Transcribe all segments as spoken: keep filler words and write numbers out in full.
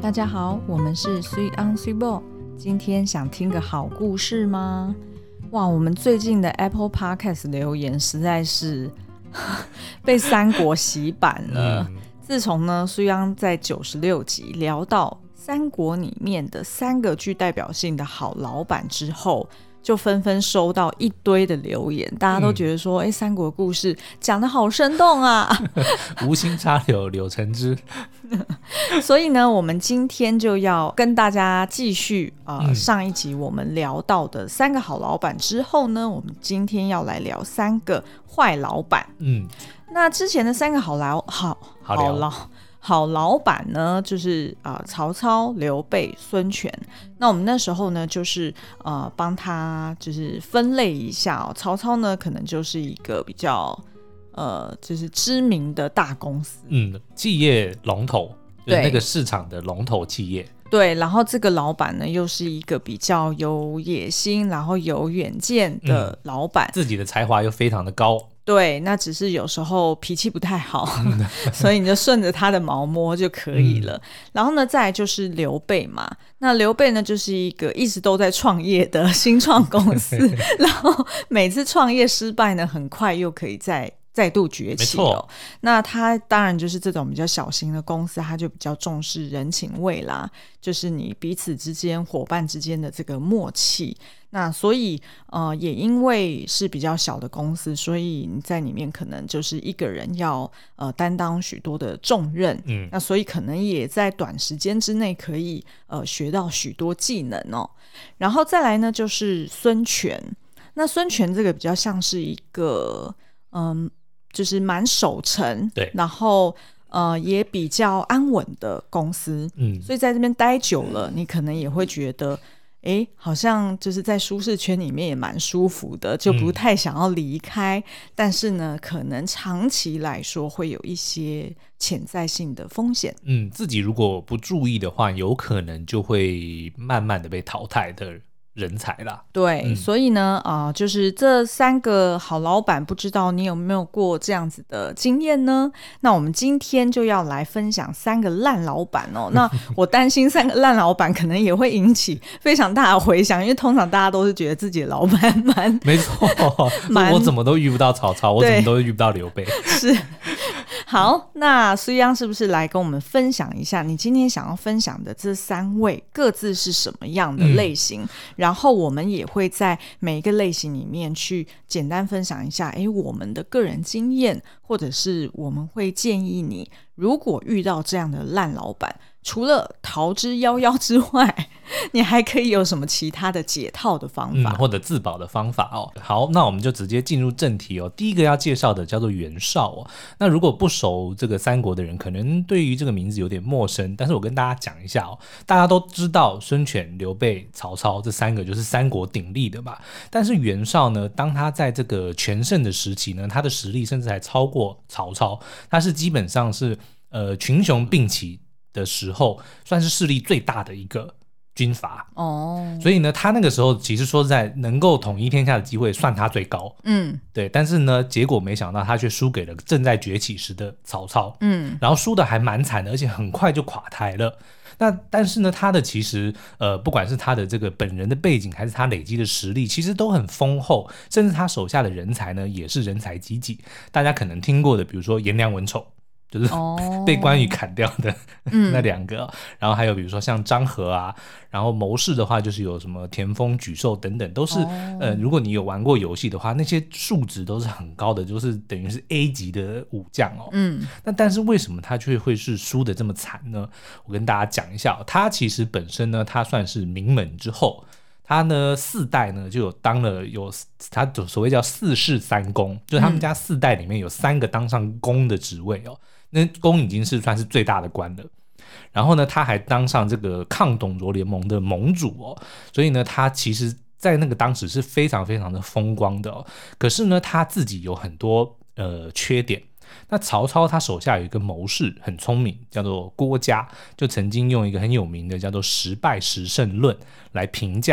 大家好，我们是 Sweet on Sweet Ball。今天想听个好故事吗？哇，我们最近的 Apple Podcast 留言实在是被三国洗版了。嗯、自从呢 Sweet on 在九十六集聊到三国里面的三个具代表性的好老板之后，就纷纷收到一堆的留言，大家都觉得说，哎、嗯，三国故事讲得好生动啊， 无心插柳柳成枝。 所以呢，我们今天就要跟大家继续、呃嗯、上一集我们聊到的三个好老板之后呢，我们今天要来聊三个坏老板。嗯，那之前的三个好老好好好老。 好老板呢，就是、呃、曹操、刘备、孙权。那我们那时候呢，就是呃帮他就是分类一下哦。曹操呢，可能就是一个比较呃就是知名的大公司， 嗯，企业龙头，就是那个市场的龙头企业。 对，然后这个老板呢，又是一个比较有野心，然后有远见的老板、嗯， 自己的才华又非常的高。 对，那只是有时候脾气不太好、嗯、所以你就顺着他的毛摸就可以了、嗯、然后呢再来就是刘备嘛，那刘备呢就是一个一直都在创业的新创公司然后每次创业失败呢很快又可以再再度崛起哦。那他当然就是这种比较小型的公司，他就比较重视人情味啦，就是你彼此之间伙伴之间的这个默契。那所以呃，也因为是比较小的公司，所以你在里面可能就是一个人要呃担当许多的重任，嗯，那所以可能也在短时间之内可以呃学到许多技能哦。然后再来呢就是孙权，那孙权这个比较像是一个嗯。就是蛮守成， 对， 然后呃也比较安稳的公司，嗯，所以在这边待久了，你可能也会觉得，哎，好像就是在舒适圈里面也蛮舒服的，就不太想要离开、嗯、但是呢，可能长期来说会有一些潜在性的风险。 嗯，自己如果不注意的话，有可能就会慢慢的被淘汰的人才啦。 对、嗯、所以呢、呃、就是这三个好老板，不知道你有没有过这样子的经验呢？那我们今天就要来分享三个烂老板哦。那我担心三个烂老板可能也会引起非常大的回响，因为通常大家都是觉得自己的老板蛮没错我怎么都遇不到曹操，我怎么都遇不到刘备。 是好，那苏央是不是来跟我们分享一下你今天想要分享的这三位各自是什么样的类型、嗯、然后我们也会在每一个类型里面去简单分享一下诶我们的个人经验，或者是我们会建议你如果遇到这样的烂老板，除了逃之夭夭之外，你还可以有什么其他的解套的方法、 嗯、或者自保的方法哦。好，那我们就直接进入正题哦。第一个要介绍的叫做袁绍哦。那如果不熟这个三国的人，可能对于这个名字有点陌生，但是我跟大家讲一下哦。大家都知道孙权、刘备、曹操这三个就是三国鼎立的嘛。但是袁绍呢，当他在这个全盛的时期呢，他的实力甚至还超过曹操，他是基本上是呃群雄并起的时候算是势力最大的一个军阀哦，所以呢他那个时候其实说实在能够统一天下的机会算他最高，嗯，对，但是呢结果没想到他却输给了正在崛起时的曹操，嗯，然后输的还蛮惨的，而且很快就垮台了。那但是呢他的其实呃不管是他的这个本人的背景还是他累积的实力其实都很丰厚，甚至他手下的人才呢也是人才济济。大家可能听过的比如说颜良文丑，就是被关羽砍掉的、oh. 那两个、嗯、然后还有比如说像张合啊，然后谋士的话就是有什么田丰、沮授等等，都是、oh. 呃，如果你有玩过游戏的话，那些数值都是很高的，就是等于是 A 级的武将哦。嗯，那但是为什么他却会是输得这么惨呢？我跟大家讲一下、哦、他其实本身呢，他算是名门之后。他呢四代呢就有当了有他所谓叫四世三公，就是他们家四代里面有三个当上公的职位哦，那公已经是算是最大的官了。然后呢他还当上这个抗董卓联盟的盟主哦，所以呢他其实在那个当时是非常非常的风光的哦。可是呢他自己有很多呃缺点。那曹操他手下有一个谋士很聪明，叫做郭嘉，就曾经用一个很有名的叫做十败十胜论来评价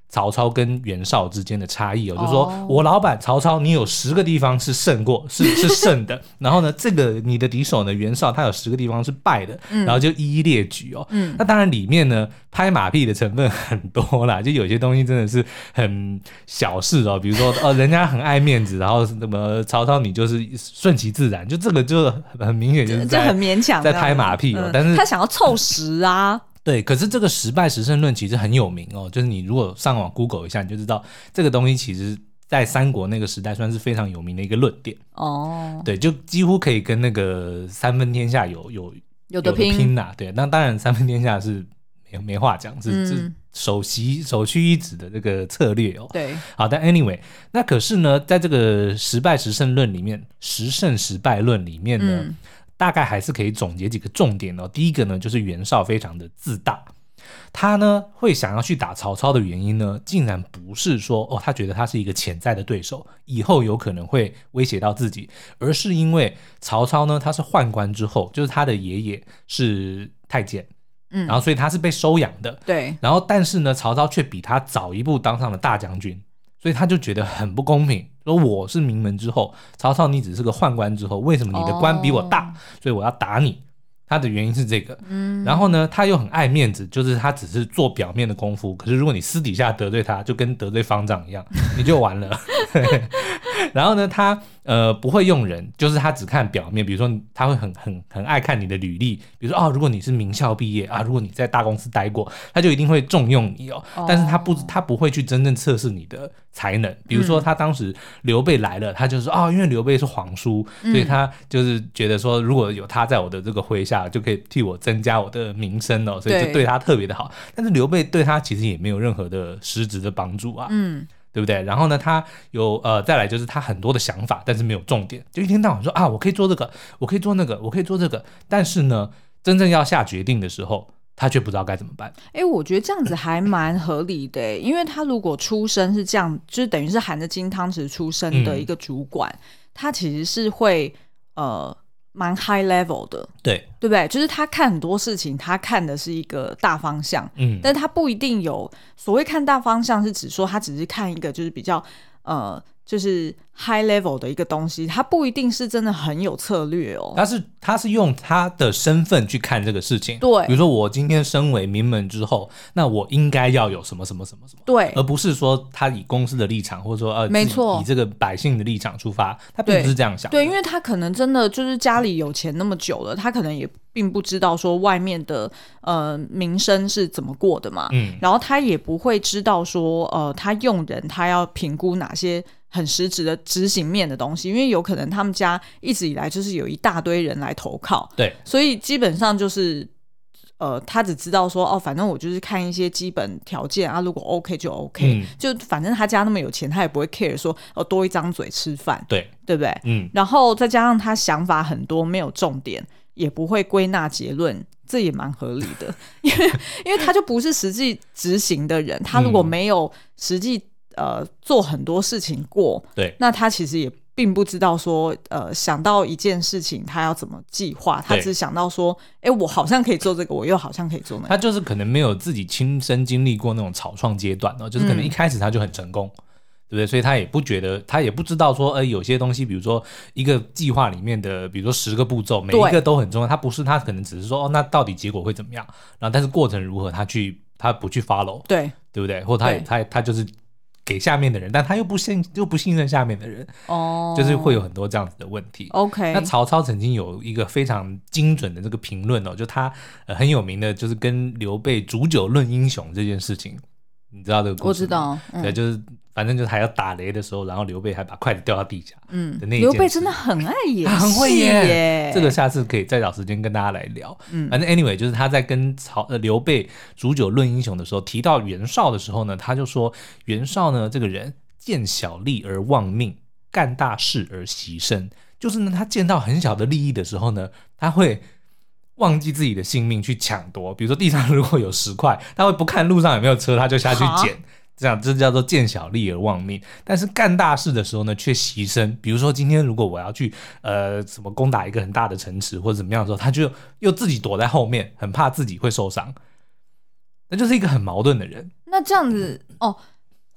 曹操跟袁绍之间的差异哦，就是说我老板曹操，你有十个地方是胜过，是是胜的，然后呢，这个你的敌手呢袁绍，他有十个地方是败的，嗯、然后就一一列举哦。嗯、那当然里面呢拍马屁的成分很多啦，就有些东西真的是很小事哦，比如说哦人家很爱面子，然后什么曹操你就是顺其自然，就这个就很明显就是在很勉强在拍马屁哦，嗯、但是他想要凑实啊。 对，可是这个十败十胜论其实很有名哦，就是你如果上网 Google 一下，你就知道这个东西其实在三国那个时代算是非常有名的一个论点哦。对，就几乎可以跟那个三分天下有有有的拼拼啦。对，那当然三分天下是没没话讲，是、嗯、是首席首屈一指的这个策略哦。 对， 好，但 anyway， 那可是呢，在这个十败十胜论里面，十胜十败论里面呢。嗯大概还是可以总结几个重点哦。第一个呢，就是袁绍非常的自大，他呢会想要去打曹操的原因呢，竟然不是说哦，他觉得他是一个潜在的对手，以后有可能会威胁到自己，而是因为曹操呢，他是宦官之后，就是他的爷爷是太监。嗯，然后所以他是被收养的， 对。 然后但是呢，曹操却比他早一步当上了大将军。所以他就觉得很不公平，说我是名门之后，曹操你只是个宦官之后，为什么你的官比我大，哦、所以我要打你？他的原因是这个，嗯，然后呢，他又很爱面子，就是他只是做表面的功夫，可是如果你私底下得罪他，就跟得罪方丈一样，你就完了。然后呢，他呃不会用人，就是他只看表面，比如说他会很很很爱看你的履历，比如说哦，如果你是名校毕业啊，如果你在大公司待过，他就一定会重用你哦。哦但是他不他不会去真正测试你的才能，比如说他当时刘备来了，他就说哦，因为刘备是皇叔，所以他就是觉得说如果有他在我的这个麾下，就可以替我增加我的名声哦，所以就对他特别的好。但是刘备对他其实也没有任何的实质的帮助啊。嗯。对不对？然后呢，他有呃，再来就是他很多的想法，但是没有重点，就一天到晚说啊，我可以做这个，我可以做那个，我可以做这个，但是呢，真正要下决定的时候，他却不知道该怎么办。 哎，我觉得这样子还蛮合理的，因为他如果出身是这样，就是等于是含着金汤匙出身的一个主管，嗯、他其实是会呃。蛮 high level 的， 对对不对？就是他看很多事情，他看的是一个大方向，嗯，但是他不一定有所谓看大方向，是指说他只是看一个就是比较呃，就是 high level 的一个东西，他不一定是真的很有策略哦。 他是他是用他的身份去看这个事情， 对， 比如说我今天身为名门之后，那我应该要有什么什么什么什么， 对， 而不是说他以公司的立场，或者说呃， 没错， 以这个百姓的立场出发，他并不是这样想的。 对，因为他可能真的就是家里有钱那么久了，他可能也并不知道说外面的呃民生是怎么过的嘛，嗯，然后他也不会知道说呃他用人他要评估哪些很实质的执行面的东西，因为有可能他们家一直以来就是有一大堆人来投靠， 对， 所以基本上就是呃，他只知道说哦，反正我就是看一些基本条件啊，如果 OK 就 OK，嗯、就反正他家那么有钱，他也不会 care 说哦多一张嘴吃饭， 对对不对？ 嗯， 然后再加上他想法很多，没有重点，也不会归纳结论。这也蛮合理的，因为因为他就不是实际执行的人，他如果没有实际呃做很多事情过， 对， 那他其实也并不知道说呃想到一件事情他要怎么计划，他只想到说，哎，我好像可以做这个，我又好像可以做那个， 他就是可能没有自己亲身经历过那种草创阶段哦，就是可能一开始他就很成功。嗯对不对？所以他也不觉得，他也不知道说，呃，有些东西，比如说一个计划里面的，比如说十个步骤，每一个都很重要。他不是，他可能只是说，哦，那到底结果会怎么样？然后，但是过程如何，他去，他不去 follow， 对， 对不对？或他他他就是给下面的人，但他又不信，又不信任下面的人，哦，就是会有很多这样子的问题。 OK， 那曹操曾经有一个非常精准的这个评论哦，就他、呃、很有名的，就是跟刘备煮酒论英雄这件事情，你知道这个故事？ 我知道，嗯、 对，就是。反正就是还要打雷的时候，然后刘备还把筷子掉到地下，嗯，的那一件事， 刘备真的很爱演戏， 他很会演。这个下次可以再找时间跟大家来聊。嗯，反正 anyway 就是他在跟曹呃刘备煮酒论英雄的时候，提到袁绍的时候呢，他就说袁绍呢这个人见小利而忘命，干大事而惜身，就是呢他见到很小的利益的时候呢，他会忘记自己的性命去抢夺。比如说地上如果有十块，他会不看路上有没有车，他就下去捡。这样这叫做见小利而忘命，但是干大事的时候呢，却牺牲。比如说今天如果我要去呃什么攻打一个很大的城池或者怎么样的时候，他就又自己躲在后面，很怕自己会受伤，那就是一个很矛盾的人。 那这样子哦，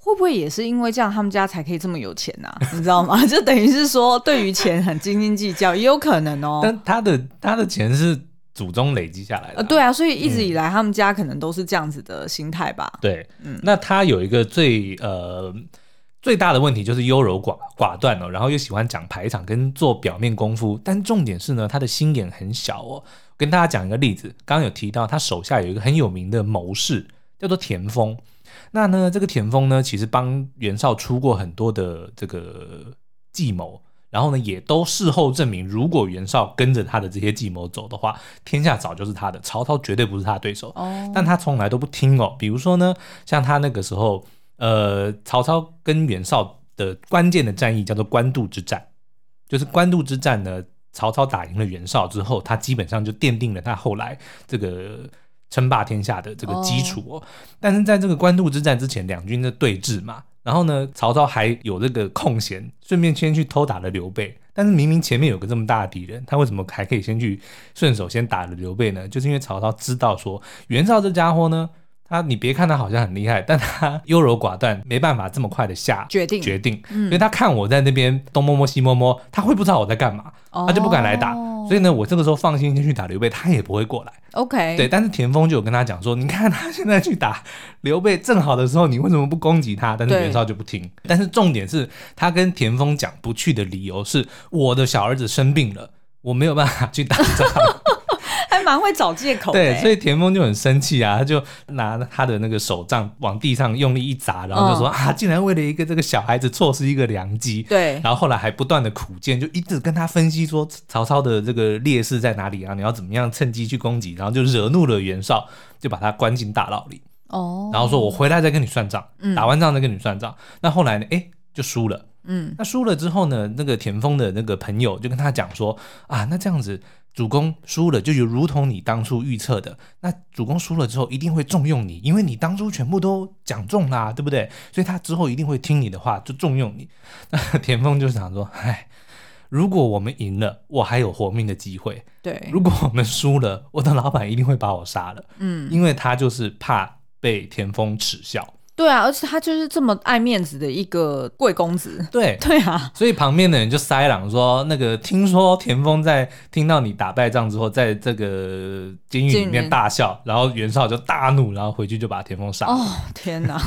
会不会也是因为这样他们家才可以这么有钱啊？你知道吗？就等于是说对于钱很斤斤计较，也有可能哦。 但他的他的钱是祖宗累积下来的、啊呃，对啊，所以一直以来他们家可能都是这样子的心态吧。 对，嗯，那他有一个最呃最大的问题就是优柔寡寡断哦，然后又喜欢讲排场跟做表面功夫，但重点是呢，他的心眼很小哦。跟大家讲一个例子，刚刚有提到他手下有一个很有名的谋士叫做田丰，那呢这个田丰呢其实帮袁绍出过很多的这个计谋，然后呢也都事后证明，如果袁绍跟着他的这些计谋走的话，天下早就是他的，曹操绝对不是他的对手、哦、但他从来都不听哦。比如说呢，像他那个时候呃，曹操跟袁绍的关键的战役叫做官渡之战，就是官渡之战呢，曹操打赢了袁绍之后，他基本上就奠定了他后来这个称霸天下的这个基础哦。Oh. 但是在这个官渡之战之前，两军的对峙嘛，然后呢，曹操还有这个空闲，顺便先去偷打了刘备。但是明明前面有个这么大的敌人，他为什么还可以先去顺手先打了刘备呢？就是因为曹操知道说，袁绍这家伙呢，他你别看他好像很厉害，但他优柔寡断，没办法这么快的下决定决定、嗯、所以他看我在那边东摸摸西摸摸，他会不知道我在干嘛、哦、他就不敢来打，所以呢我这个时候放心先去打刘备，他也不会过来。 OK， 对，但是田丰就有跟他讲说，你看他现在去打刘备正好的时候，你为什么不攻击他？但是袁绍就不听。但是重点是他跟田丰讲不去的理由是，我的小儿子生病了，我没有办法去打仗还蛮会找借口的。 对，所以田丰就很生气啊，他就拿他的那个手杖往地上用力一砸，然后就说、嗯、啊，竟然为了一个这个小孩子错失一个良机。对，然后后来还不断的苦谏，就一直跟他分析说曹操的这个劣势在哪里啊，你要怎么样趁机去攻击，然后就惹怒了袁绍，就把他关进大牢里。哦，然后说我回来再跟你算账、嗯、打完仗再跟你算账。那后来呢，哎，就输了。嗯，那输了之后呢，那个田丰的那个朋友就跟他讲说啊，那这样子主公输了就如同你当初预测的，那主公输了之后一定会重用你，因为你当初全部都讲中啦，对不对？所以他之后一定会听你的话，就重用你。那田丰就想说，哎，如果我们赢了，我还有活命的机会。对，如果我们输了，我的老板一定会把我杀了。嗯，因为他就是怕被田丰耻笑。 对啊，而且他就是这么爱面子的一个贵公子。 对对啊， 所以旁边的人就塞朗说，那个听说田丰在听到你打败仗之后，在这个监狱里面大笑，然后袁绍就大怒，然后回去就把田丰杀了。 哦，天哪！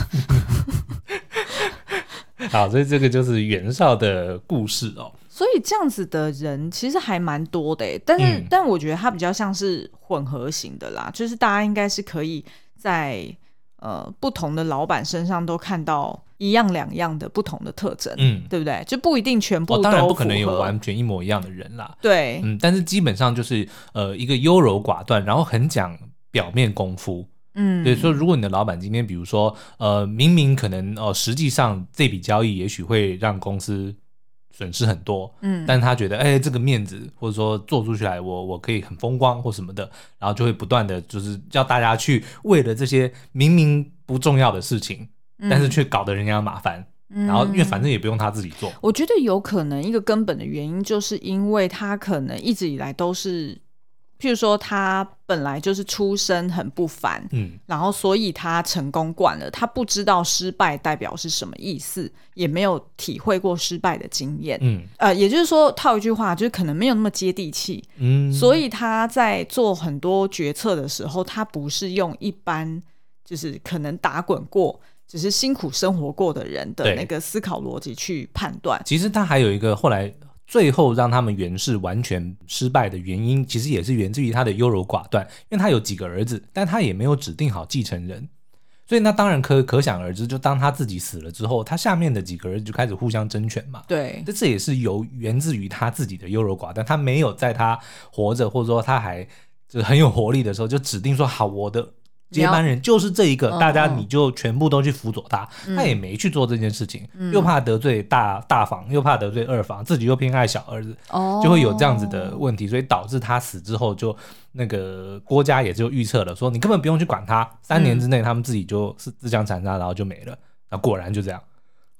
好，所以这个就是袁绍的故事哦。 所以这样子的人其实还蛮多的耶，但是、嗯、但我觉得他比较像是混合型的啦，就是大家应该是可以在呃，不同的老板身上都看到一样两样的不同的特征，嗯，对不对？就不一定全部都符合、哦、 当然不可能有完全一模一样的人啦， 对， 嗯，但是基本上就是呃一个优柔寡断，然后很讲表面功夫，嗯，对，所以如果你的老板今天比如说呃明明可能呃实际上这笔交易也许会让公司损失很多，嗯，但是他觉得哎、欸，这个面子或者说做出去来我我可以很风光或什么的，然后就会不断的就是叫大家去为了这些明明不重要的事情、嗯、但是却搞得人家麻烦、嗯、然后因为反正也不用他自己做。 我觉得有可能一个根本的原因就是因为他可能一直以来都是譬如说他本来就是出身很不凡，嗯，然后所以他成功惯了，他不知道失败代表是什么意思，也没有体会过失败的经验，嗯，呃，也就是说套一句话就是可能没有那么接地气，嗯，所以他在做很多决策的时候，他不是用一般就是可能打滚过只是辛苦生活过的人的那个思考逻辑去判断。 其实他还有一个后来最后让他们袁氏完全失败的原因，其实也是源自于他的优柔寡断，因为他有几个儿子，但他也没有指定好继承人，所以那当然可可想而知，就当他自己死了之后，他下面的几个儿子就开始互相争权嘛。对，这也是由源自于他自己的优柔寡断，他没有在他活着或者说他还就很有活力的时候就指定说好我的接班人就是这一个，大家你就全部都去辅佐他、嗯、他也没去做这件事情、嗯、又怕得罪大大房又怕得罪二房，自己又偏爱小儿子、哦、就会有这样子的问题，所以导致他死之后就那个郭家也就预测了说你根本不用去管他，三年之内他们自己就是自相残杀然后就没了，那果然就这样。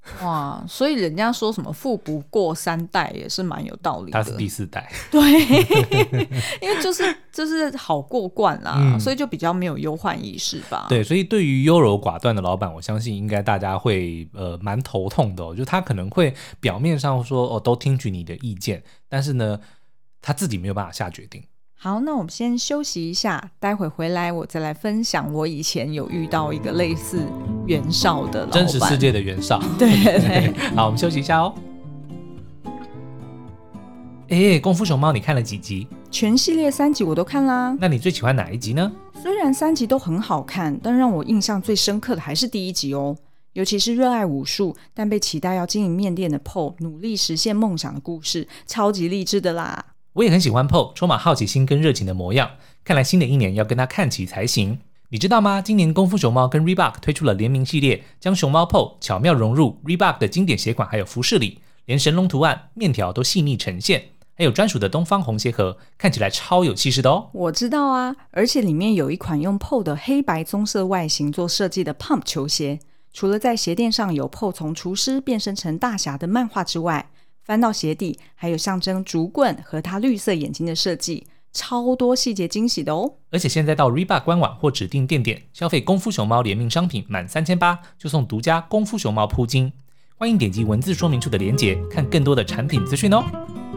哇，所以人家说什么富不过三代也是蛮有道理的。 他是第四代， 对，因为就是就是好过惯啦、嗯，所以就比较没有忧患意识吧。 对，所以对于优柔寡断的老板，我相信应该大家会呃蛮头痛的、哦，就他可能会表面上说哦都听取你的意见，但是呢他自己没有办法下决定。 好，那我们先休息一下，待会回来我再来分享我以前有遇到一个类似袁绍的老板， 真实世界的袁绍。 对对对， 好，我们休息一下哦。哎，功夫熊猫你看了几集？ 全系列三集我都看啦。 那你最喜欢哪一集呢？ 虽然三集都很好看，但让我印象最深刻的还是第一集哦。尤其是热爱武术但被期待要经营面店的 Paul 努力实现梦想的故事，超级励志的啦。 我也很喜欢 Paul 充满好奇心跟热情的模样，看来新的一年要跟他看齐才行。你知道吗？今年功夫熊猫跟 Reebok 推出了联名系列，将熊猫 Paul 巧妙融入 Reebok 的经典鞋款还有服饰里，连神龙图案面条都细腻呈现，还有专属的东方红鞋盒，看起来超有气势的哦。 我知道啊，而且里面有一款用 Paul 的黑白棕色外形做设计的 Pump 球鞋，除了在鞋垫上有 Paul 从厨师变身成大侠的漫画之外，翻到鞋底还有象征竹棍和他绿色眼睛的设计，超多细节惊喜的哦。 而且现在到 Reebok 官网或指定店点消费功夫熊猫联名商品满三千八就送独家功夫熊猫铺巾，欢迎点击文字说明处的连结看更多的产品资讯哦。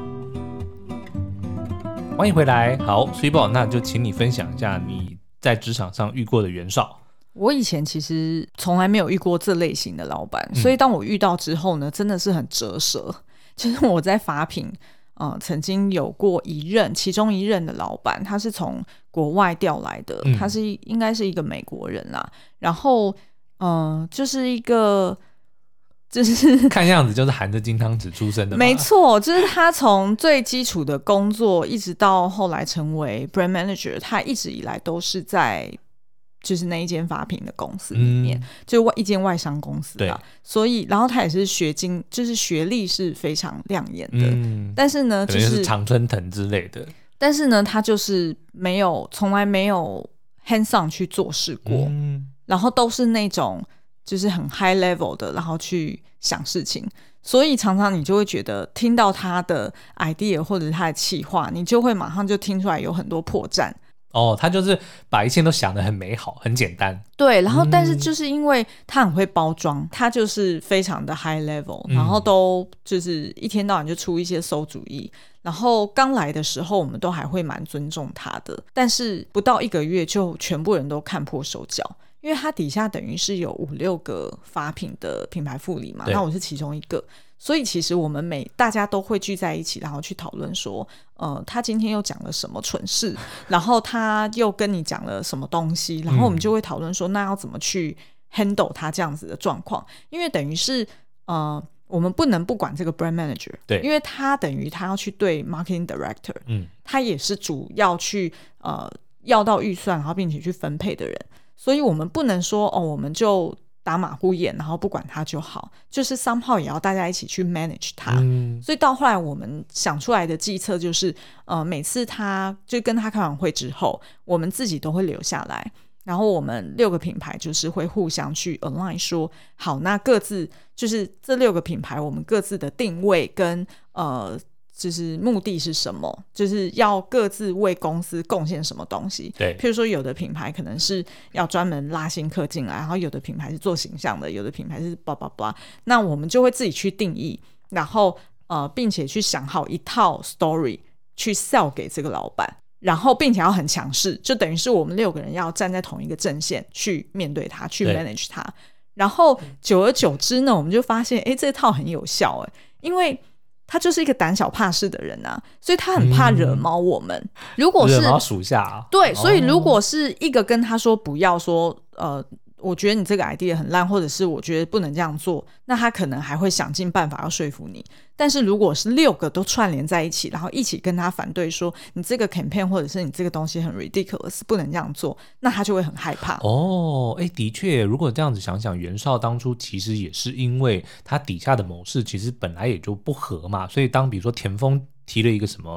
欢迎回来。好，水宝，那就请你分享一下你在职场上遇过的袁绍。 我以前其实从来没有遇过这类型的老板、嗯、所以当我遇到之后呢，真的是很折舌。就是我在法品、呃、曾经有过一任其中一任的老板，他是从国外调来的、嗯、他是应该是一个美国人啦，然后嗯、呃，就是一个就是看样子就是含着金汤匙出生的吧。 没错，就是他从最基础的工作一直到后来成为 brand manager， 他一直以来都是在就是那一间法品的公司里面、嗯、就一间外商公司啦，所以然后他也是学经就是学历是非常亮眼的、嗯、但是呢就是可能是常春藤之类的， 但是呢他就是没有从来没有 hands on 去做事过、嗯、然后都是那种就是很 high level 的然后去想事情，所以常常你就会觉得听到他的 idea 或者是他的企划，你就会马上就听出来有很多破绽哦，他就是把一切都想得很美好很简单。 对，然后但是就是因为他很会包装、嗯、他就是非常的 high level、嗯、然后都就是一天到晚就出一些馊主意，然后刚来的时候我们都还会蛮尊重他的，但是不到一个月就全部人都看破手脚，因为他底下等于是有五六个法品的品牌副理嘛，那我是其中一个，所以其实我们每大家都会聚在一起，然后去讨论说呃，他今天又讲了什么蠢事然后他又跟你讲了什么东西，然后我们就会讨论说、嗯、那要怎么去 handle 他这样子的状况，因为等于是呃，我们不能不管这个 brand manager， 对，因为他等于他要去对 marketing director， 嗯，他也是主要去呃要到预算然后并且去分配的人，所以我们不能说哦，我们就打马虎眼然后不管他就好，就是 somehow 也要大家一起去 manage 他、嗯、所以到后来我们想出来的计策就是呃，每次他就跟他开完会之后我们自己都会留下来，然后我们六个品牌就是会互相去 align 说好，那各自就是这六个品牌我们各自的定位跟呃就是目的是什么，就是要各自为公司贡献什么东西。对，譬如说有的品牌可能是要专门拉新客进来，然后有的品牌是做形象的，有的品牌是 blah blah blah， 那我们就会自己去定义，然后呃，并且去想好一套 story 去 sell 给这个老板，然后并且要很强势，就等于是我们六个人要站在同一个阵线去面对它，去 manage 它，然后久而久之呢我们就发现哎，这套很有效哎，因为他就是一个胆小怕事的人啊，所以他很怕惹毛我们、嗯、如果是惹毛属下、啊、 对，所以如果是一个跟他说不要说呃，我觉得你这个 idea 很烂，或者是我觉得不能这样做，那他可能还会想尽办法要说服你，但是如果是六个都串联在一起，然后一起跟他反对说你这个 campaign 或者是你这个东西很 ridiculous 不能这样做，那他就会很害怕。 哦，哎，的确如果这样子想想，袁绍当初其实也是因为他底下的谋士其实本来也就不合嘛，所以当比如说田丰提了一个什么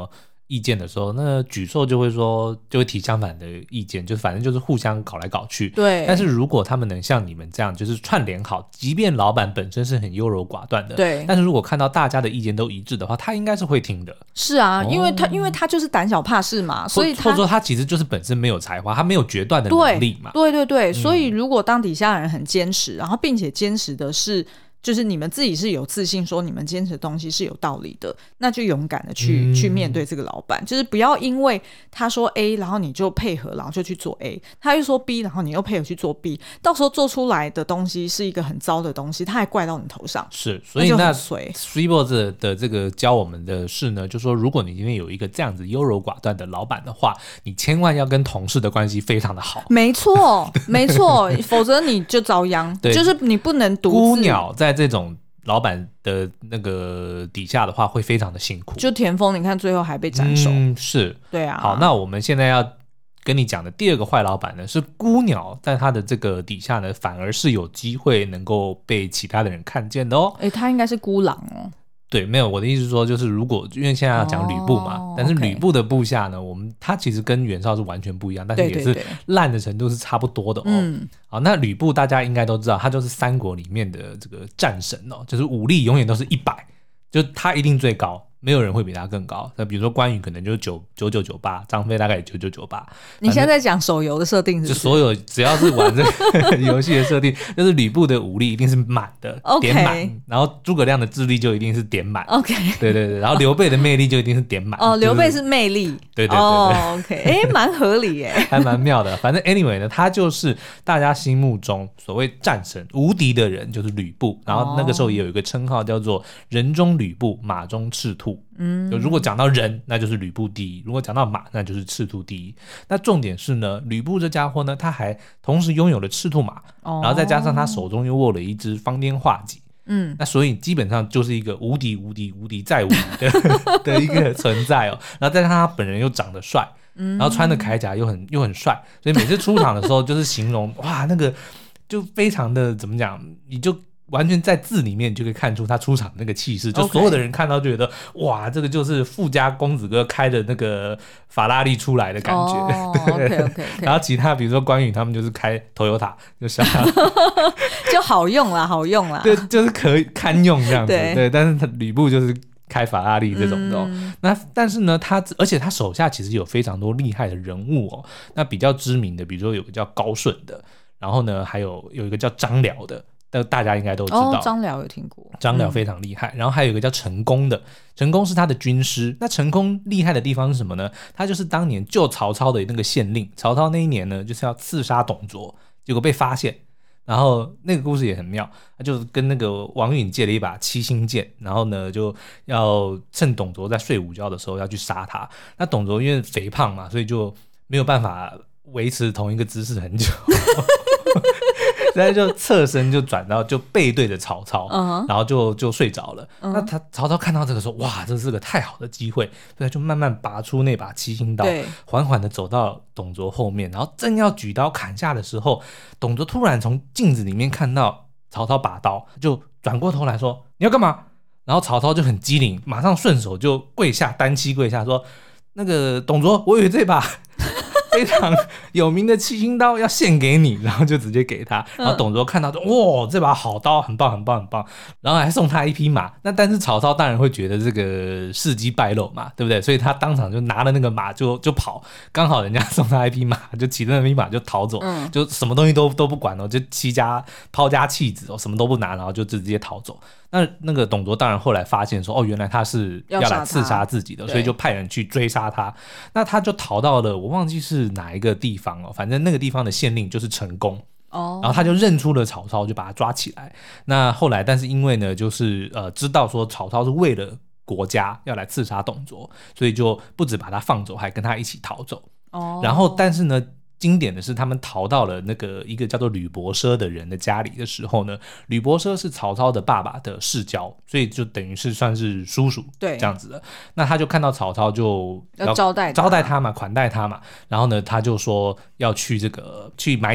意见的时候，那沮授就会说，就会提相反的意见，就是反正就是互相搞来搞去。 对。 但是如果他们能像你们这样，就是串联好，即便老板本身是很优柔寡断的， 对。 但是如果看到大家的意见都一致的话，他应该是会听的。 是啊，哦、因为他因为他就是胆小怕事嘛，所以他或者说他其实就是本身没有才华，他没有决断的能力嘛。 对对对对，嗯、所以如果当底下人很坚持，然后并且坚持的是。就是你们自己是有自信说你们坚持的东西是有道理的，那就勇敢的去、嗯、去面对这个老板，就是不要因为他说 A 然后你就配合然后就去做 A， 他又说 B 然后你又配合去做 B， 到时候做出来的东西是一个很糟的东西，他还怪到你头上。 是，所以那 Swibble 的这个教我们的是呢，就是说如果你今天有一个这样子优柔寡断的老板的话，你千万要跟同事的关系非常的好。 没错没错，否则你就遭殃。就是你不能独自孤鸟在这种老板的那个底下的话会非常的辛苦。 就田丰你看最后还被斩首、 嗯、是， 对啊。 好，那我们现在要跟你讲的第二个坏老板呢，是孤鸟在他的这个底下呢反而是有机会能够被其他的人看见的哦。 诶，他应该是孤狼哦。 对，没有，我的意思是说，就是如果因为现在要讲吕布嘛、哦、但是吕布的部下呢、okay、我们他其实跟袁绍是完全不一样，但是也是烂的程度是差不多的哦。嗯，好，那吕布大家应该都知道，他就是三国里面的这个战神哦，就是武力永远都是一百，就他一定最高，没有人会比他更高。那比如说关羽可能就是九九九九八，张飞大概也九九九八。 你现在在讲手游的设定是不是？ 就所有只要是玩这个游戏的设定，就是吕布的武力一定是满的， okay 点满。然后诸葛亮的智力就一定是点满。 OK， 对对对。然后刘备的魅力就一定是点满。 哦，刘备是魅力。 对对对对。 哦 ，OK， 哎，蛮合理耶， 还蛮妙的。反正 anyway 呢，他就是大家心目中所谓战神无敌的人，就是吕布。然后那个时候也有一个称号叫做人中吕布，马中赤兔。嗯，就如果讲到人，那就是吕布第一；如果讲到马，那就是赤兔第一。那重点是呢，吕布这家伙呢，他还同时拥有了赤兔马，哦、然后再加上他手中又握了一支方天画戟。嗯，那所以基本上就是一个无敌、无敌、无敌再无敌的的一个存在哦。然后再加上他本人又长得帅，然后穿的铠甲又很又很帅，所以每次出场的时候就是形容哇，那个就非常的怎么讲，你就。完全在字里面就可以看出他出场的那个气势，就所有的人看到就觉得、okay. 哇，这个就是富家公子哥开的那个法拉利出来的感觉。 哦、对 okay, okay, okay. 然后其他比如说关羽他们就是开 Toyota 就像就好用啦，好用啦， 对，就是可以堪用这样子。对, 对，但是他吕布就是开法拉利这种的、哦嗯、那但是呢他而且他手下其实有非常多厉害的人物哦。那比较知名的比如说有个叫高顺的，然后呢还有有一个叫张辽的，但大家应该都知道， 哦、张辽有听过， 张辽非常厉害、嗯、然后还有一个叫陈宫的，陈宫是他的军师。那陈宫厉害的地方是什么呢？他就是当年救曹操的那个县令，曹操那一年呢就是要刺杀董卓，结果被发现，然后那个故事也很妙，他就跟那个王允借了一把七星剑，然后呢就要趁董卓在睡午觉的时候要去杀他。那董卓因为肥胖嘛，所以就没有办法维持同一个姿势很久所以就侧身就转到就背对着曹操、uh-huh. 然后就就睡着了、uh-huh. 那他曹操看到这个说哇，这是个太好的机会，所以就慢慢拔出那把七星刀，缓缓的走到董卓后面，然后正要举刀砍下的时候，董卓突然从镜子里面看到曹操拔刀，就转过头来说你要干嘛？然后曹操就很机灵，马上顺手就跪下，单膝跪下说，那个董卓，我有这把非常有名的七星刀要献给你，然后就直接给他。然后董卓看到就哇，这把好刀很棒很棒很棒，然后还送他一匹马。那但是曹操当然会觉得这个事机败露嘛，对不对？所以他当场就拿了那个马就就跑，刚好人家送他一匹马，就骑着那匹马就逃走、嗯、就什么东西都都不管哦，就弃家抛家弃子哦，什么都不拿，然后就直接逃走。那那个董卓当然后来发现说，哦，原来他是要来刺杀自己的，所以就派人去追杀他。那他就逃到了我忘记是哪一个地方哦，反正那个地方的县令就是陈宫。哦，然后他就认出了曹操，就把他抓起来。那后来，但是因为呢，就是呃知道说曹操是为了国家要来刺杀董卓，所以就不止把他放走，还跟他一起逃走。哦，然后但是呢。经典的是他们逃到了那个一个叫做吕伯奢的人的家里的时候呢，吕伯奢是曹操的爸爸的世交，所以就等于是算是叔叔这样子的。那他就看到曹操就要要招待他招待他嘛，款待他嘛，然后呢他就说要去这个去买酒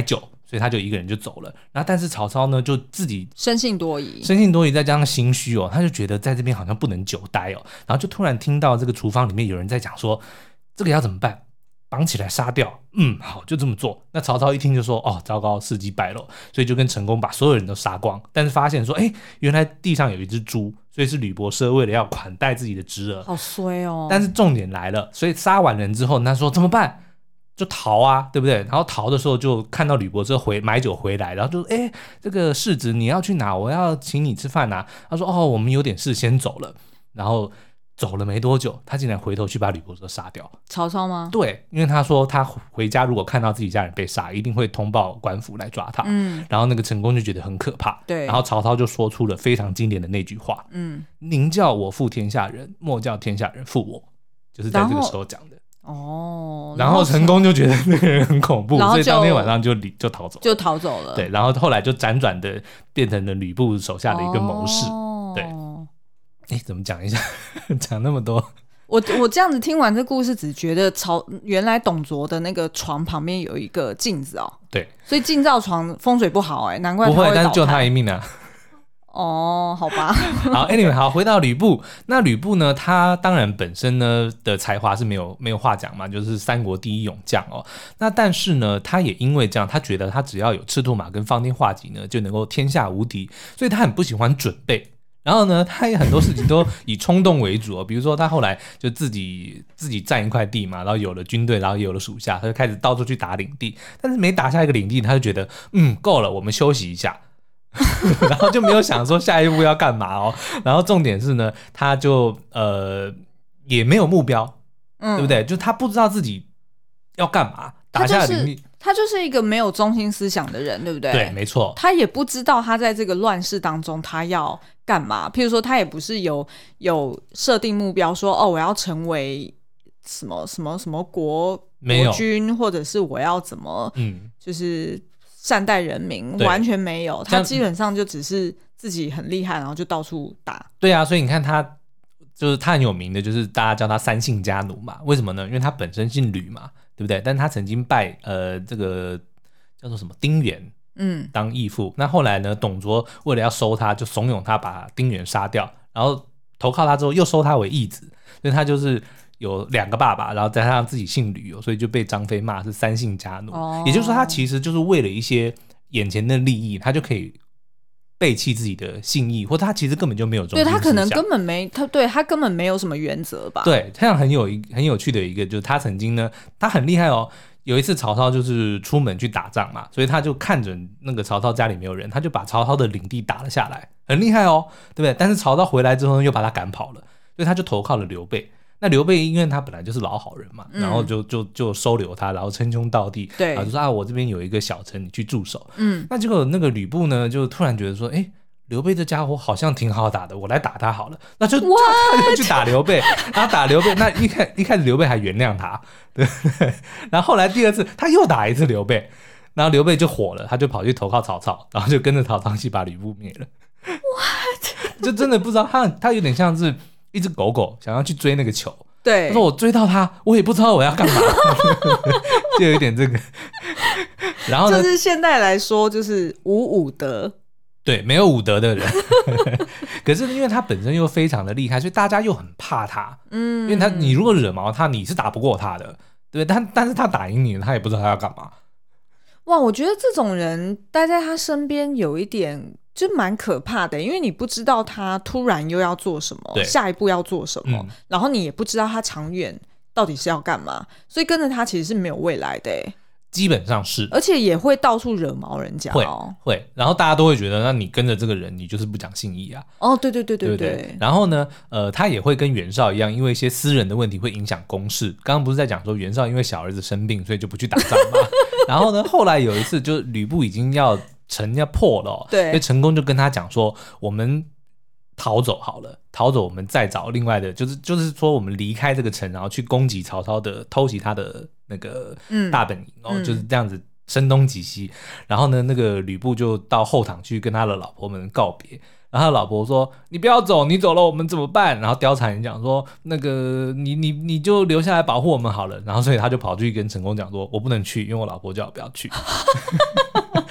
所以他就一个人就走了。然后但是曹操呢就自己生性多疑， 生性多疑再加上心虚哦，他就觉得在这边好像不能久待哦，然后就突然听到这个厨房里面有人在讲说这个要怎么办，绑起来杀掉。嗯，好，就这么做。那曹操一听就说哦糟糕，事机败露，所以就跟成功把所有人都杀光。但是发现说哎，原来地上有一只猪，所以是吕伯奢为了要款待自己的侄儿。 好衰哦。 但是重点来了，所以杀完人之后他说怎么办，就逃啊，对不对？然后逃的时候就看到吕伯奢回买酒回来，然后就哎，这个世子你要去哪，我要请你吃饭啊。他说哦我们有点事先走了。然后走了没多久，他竟然回头去把吕伯奢杀掉。 曹操吗？ 对，因为他说他回家如果看到自己家人被杀，一定会通报官府来抓他。嗯，然后那个成功就觉得很可怕。 对， 然后曹操就说出了非常经典的那句话：嗯，宁叫我负天下人，莫叫天下人负我。就是在这个时候讲的。 哦， 然后成功就觉得那个人很恐怖，所以当天晚上就就逃走了， 就逃走了。 对，然后后来就辗转的变成了吕布手下的一个谋士。哦、对。哎，怎么讲一下？讲那么多， 我我这样子听完这故事，只觉得曹原来董卓的那个床旁边有一个镜子哦。 对， 所以镜照床风水不好哎，难怪他不会， 倒但是救他一命啊。 哦，好吧。 好 ，anyway， 好，回到吕布。那吕布呢？他当然本身呢的才华是没有没有话讲嘛，就是三国第一勇将哦。那但是呢，他也因为这样，他觉得他只要有赤兔马跟方天画戟呢，就能够天下无敌，所以他很不喜欢准备。然后呢，他也很多事情都以冲动为主哦，比如说他后来就自己自己占一块地嘛，然后有了军队，然后也有了属下，他就开始到处去打领地，但是每打下一个领地，他就觉得嗯够了，我们休息一下，然后就没有想说下一步要干嘛哦。然后重点是呢，他就呃也没有目标，嗯、对不对？就他不知道自己要干嘛，打下领地。 他就是一个没有中心思想的人，对不对？ 对，没错。 他也不知道他在这个乱世当中他要干嘛。譬如说，他也不是有有设定目标说，哦，我要成为什么什么什么国国君，或者是我要怎么，嗯，就是善待人民，完全没有。他基本上就只是自己很厉害，然后就到处打。 对啊，所以你看他就是他很有名的，就是大家叫他三姓家奴嘛。为什么呢？因为他本身姓吕嘛。对不对？但他曾经拜呃这个叫做什么丁原，嗯，当义父。那后来呢，董卓为了要收他，就怂恿他把丁原杀掉，然后投靠他之后又收他为义子，所以他就是有两个爸爸，然后再加上自己姓吕，所以就被张飞骂是三姓家奴。哦、也就是说，他其实就是为了一些眼前的利益，他就可以背弃自己的信义，或者他其实根本就没有中心思想。 对，他可能根本没他对他根本没有什么原则吧。 对，这样很有很有趣的一个就是他曾经呢，他很厉害哦。有一次曹操就是出门去打仗嘛，所以他就看准那个曹操家里没有人，他就把曹操的领地打了下来，很厉害哦，对不对？但是曹操回来之后又把他赶跑了，所以他就投靠了刘备。那刘备因为他本来就是老好人嘛，然后就就就收留他，然后称兄道弟， 对， 然后就说啊，我这边有一个小城，你去驻守。嗯，那结果那个吕布呢，就突然觉得说，哎，刘备这家伙好像挺好打的，我来打他好了。那就他就去打刘备，然后打刘备。那一开一开始刘备还原谅他，对不对？然后后来第二次他又打一次刘备，然后刘备就火了，他就跑去投靠曹操，然后就跟着曹操一起把吕布灭了。What？ 就真的不知道他他有点像是一只狗狗想要去追那个球。 对， 他说我追到他，我也不知道我要干嘛，就有一点这个。然后呢， 就是现在来说，就是无武德。 对，没有武德的人。可是因为他本身又非常的厉害，所以大家又很怕他。嗯，因为他你如果惹毛他，你是打不过他的，对不对？但但是他打赢你，他也不知道他要干嘛。 哇，我觉得这种人待在他身边有一点就蛮可怕的，因为你不知道他突然又要做什么，下一步要做什么、嗯、然后你也不知道他长远到底是要干嘛，所以跟着他其实是没有未来的。 基本上是， 而且也会到处惹毛人家、 哦、会会，然后大家都会觉得那你跟着这个人你就是不讲信义啊。 哦，对对对对 对, 对, 对然后呢呃，他也会跟袁绍一样，因为一些私人的问题会影响公事。刚刚不是在讲说袁绍因为小儿子生病所以就不去打仗吗？然后呢后来有一次就吕布已经要城要破了、哦、对，所以成功就跟他讲说我们逃走好了，逃走我们再找另外的，就是就是说我们离开这个城，然后去攻击曹操的，偷袭他的那个大本营、嗯、哦，就是这样子声东击西。然后呢那个吕布就到后堂去跟他的老婆们告别，然后他老婆说你不要走，你走了我们怎么办？然后貂蝉讲说那个你你你就留下来保护我们好了。然后所以他就跑去跟成功讲说我不能去，因为我老婆叫我不要去。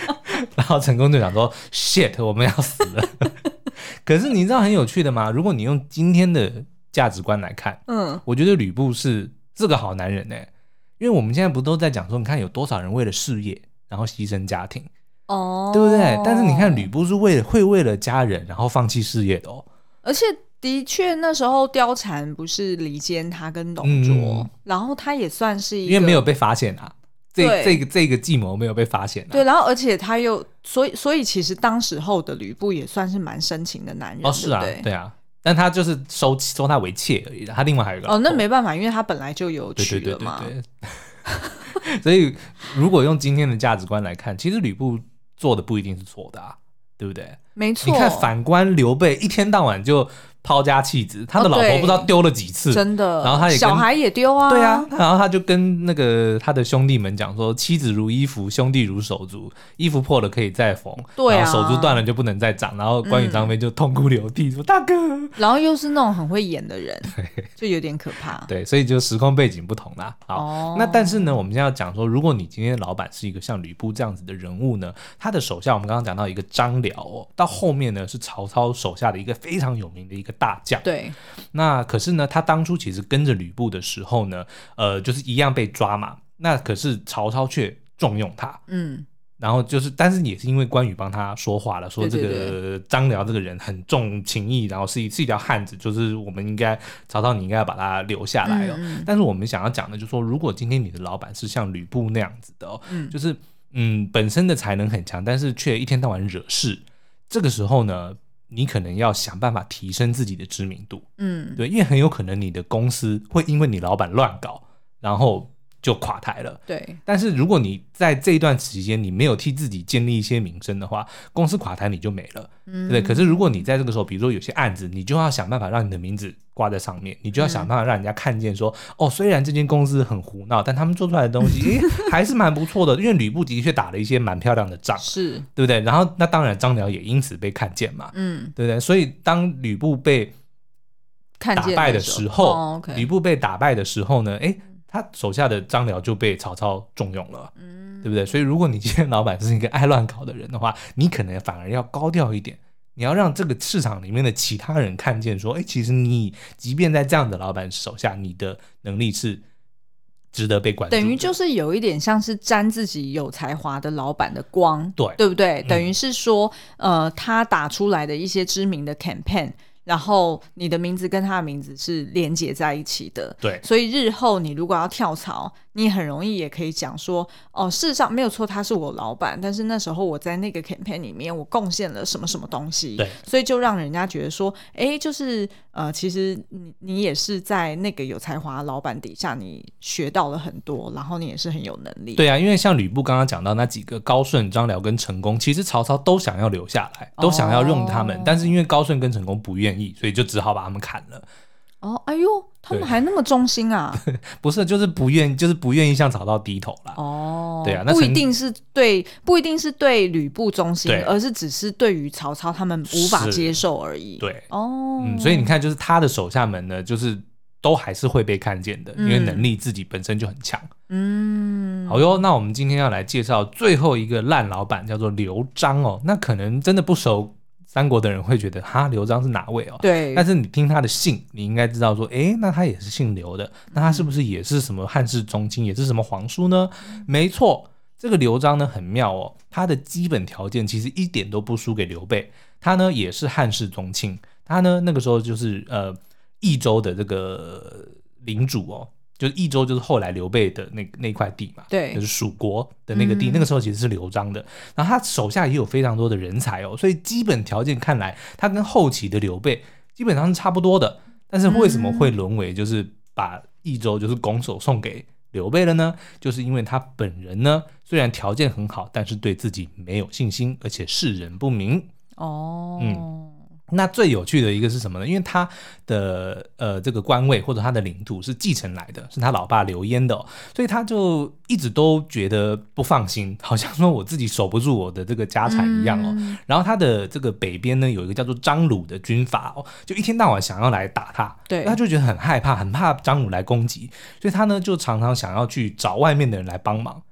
然后成功就想说 shit 我们要死了可是你知道很有趣的吗？如果你用今天的价值观来看，嗯，我觉得吕布是这个好男人呢、欸，因为我们现在不都在讲说，你看有多少人为了事业然后牺牲家庭，哦，对不对？但是你看吕布是为了会为了家人然后放弃事业的哦， 而且的确那时候貂蝉不是离间他跟董卓、嗯、然后他也算是一个， 因为没有被发现啊，这这个这个计谋没有被发现、啊、 对，然后而且他又所以所以其实当时候的吕布也算是蛮深情的男人， 哦是啊， 对不对？ 对啊，但他就是收收他为妾而已，他另外还有一个哦，那没办法，因为他本来就有娶了嘛， 对对对对对所以如果用今天的价值观来看，其实吕布做的不一定是错的啊，对不对？ 没错， 你看反观刘备一天到晚就抛家弃子，他的老婆不知道丢了几次、哦、 真的， 然后他也小孩也丢啊， 对啊，然后他就跟那个他的兄弟们讲说，妻子如衣服，兄弟如手足，衣服破了可以再缝，对、啊、然后手足断了就不能再长，然后关羽张飞就痛哭流涕说、嗯、大哥， 然后又是那种很会演的人就有点可怕对，所以就时空背景不同啦。好、哦、那但是呢我们现在要讲说，如果你今天的老板是一个像吕布这样子的人物呢，他的手下我们刚刚讲到一个张辽、哦、到后面呢是曹操手下的一个非常有名的一个大将， 对， 那可是呢他当初其实跟着吕布的时候呢呃，就是一样被抓嘛，那可是曹操却重用他，嗯，然后就是但是也是因为关羽帮他说话了，说这个张辽这个人很重情义，然后是一是一条汉子，就是我们应该曹操你应该要把他留下来哦、嗯嗯、但是我们想要讲的就是说，如果今天你的老板是像吕布那样子的哦，嗯、就是嗯本身的才能很强，但是却一天到晚惹事，这个时候呢你可能要想办法提升自己的知名度，嗯，对，因为很有可能你的公司会因为你老板乱搞，然后就垮台了， 对。 但是如果你在这一段时间你没有替自己建立一些名声的话，公司垮台你就没了，嗯，对。可是如果你在这个时候，比如说有些案子，你就要想办法让你的名字挂在上面，你就要想办法让人家看见说、嗯、哦，虽然这间公司很胡闹，但他们做出来的东西诶还是蛮不错的，因为吕布的确打了一些蛮漂亮的仗， 是对不对？然后那当然张辽也因此被看见嘛，嗯，对不对？所以当吕布被打败的时候，哦 okay、吕布被打败的时候呢，诶他手下的张辽就被曹操重用了，嗯，对不对？所以如果你今天老板是一个爱乱搞的人的话，你可能反而要高调一点，你要让这个市场里面的其他人看见说，哎，其实你即便在这样的老板手下，你的能力是值得被关注的， 等于就是有一点像是沾自己有才华的老板的光， 对， 对不对？嗯、等于是说，呃，他打出来的一些知名的 campaign。然后你的名字跟他的名字是连结在一起的， 对， 所以日后你如果要跳槽，你很容易也可以讲说，哦，事实上没有错，他是我老板，但是那时候我在那个 campaign 里面，我贡献了什么什么东西， 对， 所以就让人家觉得说，哎，就是呃，其实你你也是在那个有才华的老板底下，你学到了很多，然后你也是很有能力。 对啊，因为像吕布刚刚讲到那几个高顺、张辽跟陈宫，其实曹操都想要留下来，都想要用他们，哦、但是因为高顺跟陈宫不愿意。所以就只好把他们砍了。 哦，哎呦，他们还那么忠心啊？ 不是，就是不愿，就是不愿意向曹操低头啦。哦，对啊，那不一定是对，不一定是对吕布忠心，而是只是对于曹操他们无法接受而已。 对，哦、嗯，所以你看，就是他的手下们呢，就是都还是会被看见的，因为能力自己本身就很强。嗯，好哟，那我们今天要来介绍最后一个烂老板，叫做刘璋哦。那可能真的不熟三国的人会觉得哈，刘璋是哪位哦？ 对， 但是你听他的姓，你应该知道说，诶，那他也是姓刘的，那他是不是也是什么汉室宗亲，也是什么皇叔呢？没错，这个刘璋呢很妙哦，他的基本条件其实一点都不输给刘备，他呢也是汉室宗亲，他呢那个时候就是呃益州的这个领主哦。就是益州就是后来刘备的那那块地嘛， 对， 就是蜀国的那个地、嗯、那个时候其实是刘璋的，然后他手下也有非常多的人才哦，所以基本条件看来他跟后期的刘备基本上是差不多的，但是为什么会沦为就是把益州就是拱手送给刘备了呢？就是因为他本人呢虽然条件很好，但是对自己没有信心，而且识人不明哦，嗯。那最有趣的一个是什么呢？因为他的呃这个官位或者他的领土是继承来的，是他老爸刘焉的、哦，所以他就一直都觉得不放心，好像说我自己守不住我的这个家产一样哦。嗯、然后他的这个北边呢有一个叫做张鲁的军阀哦，就一天到晚想要来打他， 对， 他就觉得很害怕，很怕张鲁来攻击，所以他呢就常常想要去找外面的人来帮忙。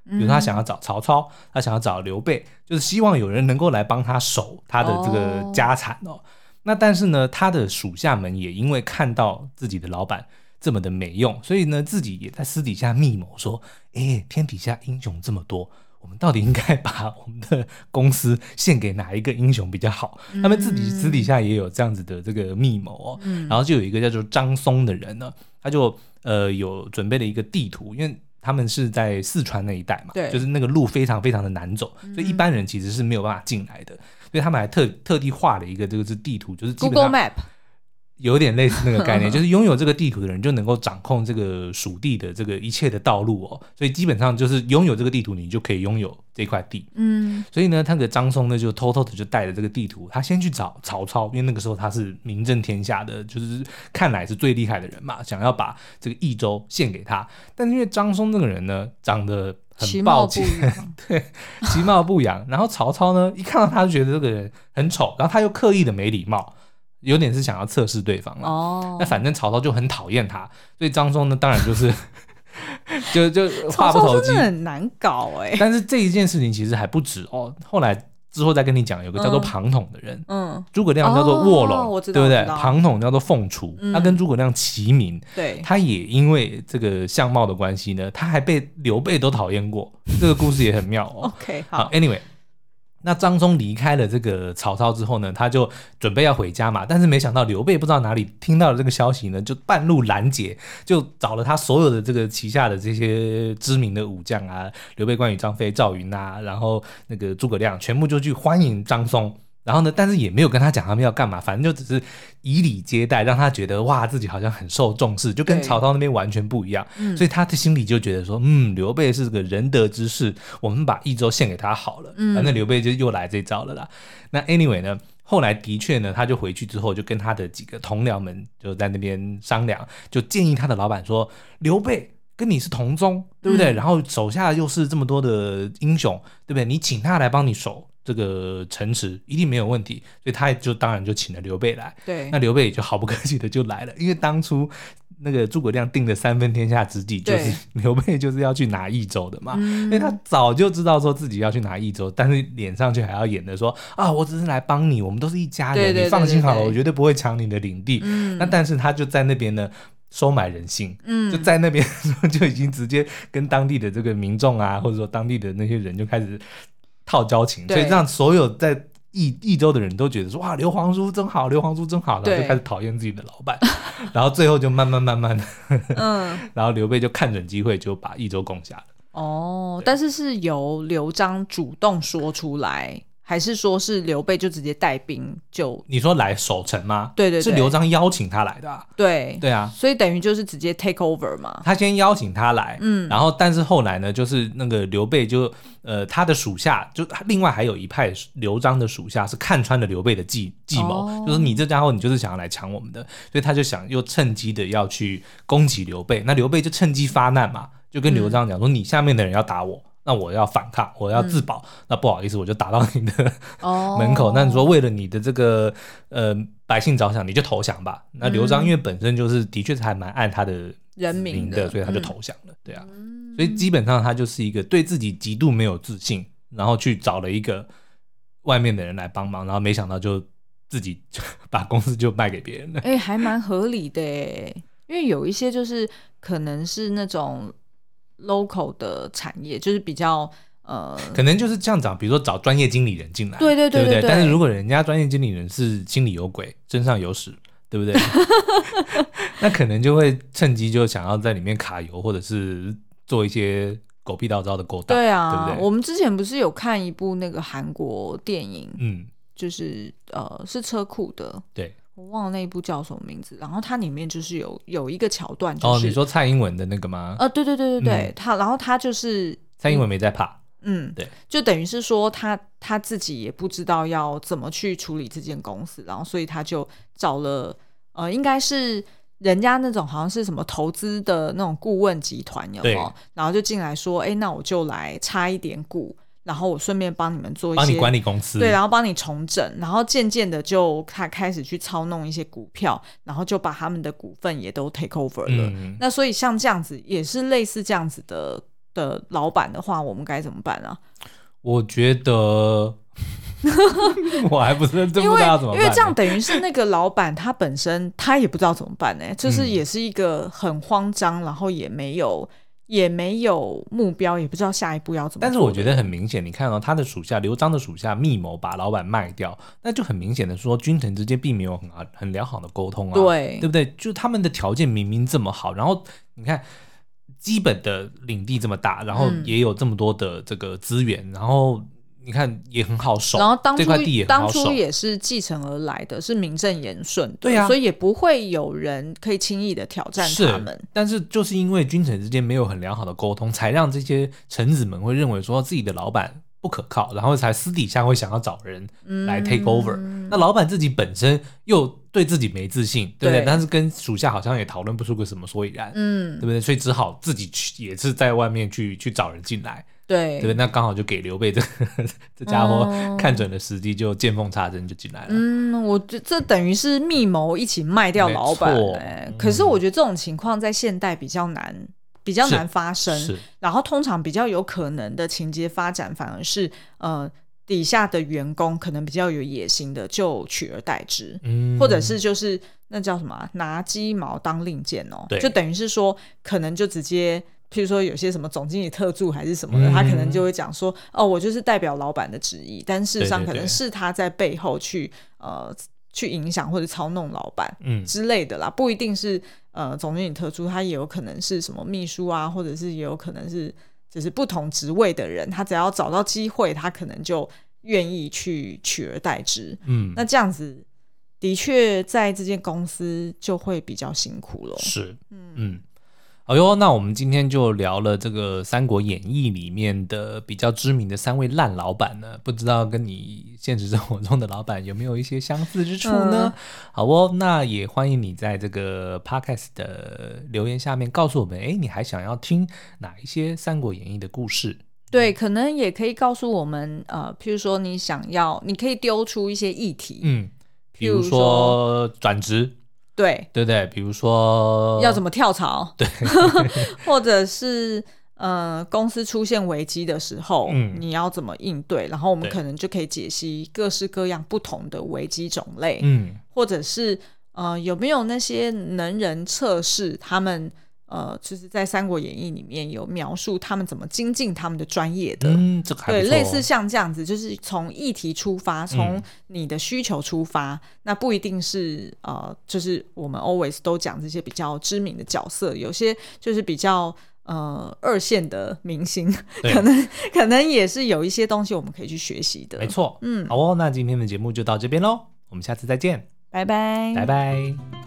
比如他想要找曹操，他想要找刘备，就是希望有人能够来帮他守他的这个家产哦。哦那但是呢，他的属下们也因为看到自己的老板这么的没用，所以呢，自己也在私底下密谋说，哎，天底下英雄这么多，我们到底应该把我们的公司献给哪一个英雄比较好？嗯、他们自己私底下也有这样子的这个密谋哦。嗯、然后就有一个叫做张松的人呢，他就呃有准备了一个地图，因为他们是在四川那一带嘛，就是那个路非常非常的难走，嗯、所以一般人其实是没有办法进来的。所以他们还特特地画了一个这个是地图，就是基本上 Google Map。 有点类似那个概念，就是拥有这个地图的人就能够掌控这个属地的这个一切的道路哦，所以基本上就是拥有这个地图，你就可以拥有这块地。嗯，所以呢，那个张松呢就偷偷的就带着这个地图，他先去找曹操，因为那个时候他是名震天下的，就是看来是最厉害的人嘛，想要把这个益州献给他。但是因为张松这个人呢，长得很暴躁，对，其貌不扬。然后曹操呢，一看到他就觉得这个人很丑，然后他又刻意的没礼貌。有点是想要测试对方了，哦，那反正曹操就很讨厌他，所以张松呢，当然就是就就话不投机， 真的很难搞哎、欸。 但是这一件事情其实还不止哦，后来之后再跟你讲，有个叫做庞统的人，嗯，诸葛亮叫做卧龙，哦、对不对？庞统叫做凤雏，嗯、他跟诸葛亮齐名， 对， 他也因为这个相貌的关系呢，他还被刘备都讨厌过，这个故事也很妙哦。 OK， 好, 好 ，Anyway。那张松离开了这个曹操之后呢，他就准备要回家嘛，但是没想到刘备不知道哪里听到了这个消息呢，就半路拦截，就找了他所有的这个旗下的这些知名的武将啊，刘备、关羽、张飞、赵云啊，然后那个诸葛亮，全部就去欢迎张松。然后呢，但是也没有跟他讲他们要干嘛，反正就只是以礼接待，让他觉得哇，自己好像很受重视，就跟曹操那边完全不一样。所以他的心里就觉得说，嗯，刘备是个仁德之士，我们把益州献给他好了。反正刘备就又来这招了啦。那 anyway 呢，后来的确呢，他就回去之后，就跟他的几个同僚们就在那边商量，就建议他的老板说，刘备跟你是同宗，对不对？嗯、然后手下又是这么多的英雄，对不对？你请他来帮你守这个城池一定没有问题，所以他就当然就请了刘备来。 对， 那刘备也就毫不客气的就来了，因为当初那个诸葛亮定的三分天下之计，就是刘备就是要去拿益州的嘛，因为他早就知道说自己要去拿益州，但是脸上却还要演的说啊，我只是来帮你，我们都是一家人， 对对对对对， 你放心好了，我绝对不会抢你的领地。嗯、那但是他就在那边呢。收买人心，嗯，就在那边就已经直接跟当地的这个民众啊，或者说当地的那些人就开始套交情，所以让所有在益益州的人都觉得说哇，刘皇叔真好，刘皇叔真好，然后就开始讨厌自己的老板，然后最后就慢慢慢慢的，嗯，然后刘备就看准机会就把益州攻下了。 哦，但是是由刘璋主动说出来。还是说是刘备就直接带兵就你说来守城吗？ 对对对， 是刘璋邀请他来的、啊、 对对啊， 所以等于就是直接 take over 嘛。 他先邀请他来，嗯，然后但是后来呢，就是那个刘备就呃他的属下就另外还有一派刘璋的属下是看穿了刘备的计计谋、哦，就是你这家伙你就是想要来抢我们的，所以他就想又趁机的要去攻击刘备，那刘备就趁机发难嘛，就跟刘璋讲说、嗯、你下面的人要打我。那我要反抗，我要自保、嗯、那不好意思我就打到你的门口、哦、那你说为了你的这个呃百姓着想你就投降吧。那刘璋因为本身就是的确是还蛮爱他的人民的，所以他就投降了、嗯、对啊，所以基本上他就是一个对自己极度没有自信，然后去找了一个外面的人来帮忙，然后没想到就自己就把公司就卖给别人了。 哎、欸，还蛮合理的耶，因为有一些就是可能是那种local 的产业，就是比较呃， 可能就是这样讲，比如说找专业经理人进来， 对对对 对, 对不对？但是如果人家专业经理人是心里有鬼，身上有屎，对不对？那可能就会趁机就想要在里面卡油，或者是做一些狗屁倒灶的勾当。 对啊， 对不对？ 我们之前不是有看一部那个韩国电影，嗯，就是呃是车库的， 对。 我忘了那一部叫什么名字，然后它里面就是有有一个桥段，就是哦，你说蔡英文的那个吗？ 呃，对对对对对，嗯、他然后他就是蔡英文没在怕， 嗯，对，就等于是说他他自己也不知道要怎么去处理这间公司，然后所以他就找了呃，应该是人家那种好像是什么投资的那种顾问集团有没有？然后就进来说，哎，那我就来插一点股。然后我顺便帮你们做一些帮你管理公司， 对，然后帮你重整，然后渐渐的就他开始去操弄一些股票，然后就把他们的股份也都 take over 了、嗯、那所以像这样子也是类似这样子的的老板的话，我们该怎么办啊？ 我觉得我还不是真不知道怎么办、欸、 因为这样等于是那个老板他本身他也不知道怎么办呢、欸，就是也是一个很慌张，然后也没有也没有目标，也不知道下一步要怎么做。 但是我觉得很明显，你看到、哦、他的属下刘璋的属下密谋把老板卖掉，那就很明显的说君臣之间并没有很很良好的沟通啊， 对对不对？就他们的条件明明这么好，然后你看基本的领地这么大，然后也有这么多的这个资源、嗯、然后你看也很好守， 然后当初这块地也很好守， 当初也是继承而来的，是名正言顺的， 对啊， 所以也不会有人可以轻易的挑战他们。 是，但是就是因为君臣之间没有很良好的沟通，才让这些臣子们会认为说自己的老板不可靠，然后才私底下会想要找人来 take over、嗯、那老板自己本身又对自己没自信，对不对？对，但是跟属下好像也讨论不出个什么所以然，嗯，对不对？所以只好自己去，也是在外面去去找人进来， 对， 对不对？那刚好就给刘备这这家伙看准了时机，就见缝插针就进来了。 嗯，我觉得这等于是密谋一起卖掉老板、欸嗯、可是我觉得这种情况在现代比较难比较难发生，然后通常比较有可能的情节发展反而是呃底下的员工可能比较有野心的就取而代之、嗯、或者是就是那叫什么、啊、拿鸡毛当令箭哦，就等于是说可能就直接譬如说有些什么总经理特助还是什么的、嗯、他可能就会讲说哦我就是代表老板的旨意，但事实上可能是他在背后去呃去影响或者操弄老板之类的啦、嗯、不一定是呃总经理特助，他也有可能是什么秘书啊，或者是也有可能是就是不同职位的人，他只要找到机会他可能就愿意去取而代之。嗯，那这样子的确在这间公司就会比较辛苦了。 是，嗯嗯。好哟，那我们今天就聊了这个《三国演义》里面的比较知名的三位烂老板呢，不知道跟你现实生活中的老板有没有一些相似之处呢？嗯、好哦，那也欢迎你在这个 podcast 的留言下面告诉我们，哎，你还想要听哪一些《三国演义》的故事？ 对，可能也可以告诉我们，呃，譬如说你想要，你可以丢出一些议题， 嗯，比如说转职。 对对对，比如说要怎么跳槽， 对， 或者是呃公司出现危机的时候、嗯、你要怎么应对，然后我们可能就可以解析各式各样不同的危机种类，嗯，或者是呃有没有那些能人测试他们呃，就是在《三国演义》里面有描述他们怎么精进他们的专业的， 嗯，这个还不错， 对，类似像这样子，就是从议题出发，从你的需求出发，嗯、那不一定是呃，就是我们 always 都讲这些比较知名的角色，有些就是比较呃二线的明星，可能可能也是有一些东西我们可以去学习的。 没错，嗯，好哦，那今天的节目就到这边咯，我们下次再见， 拜拜， 拜拜。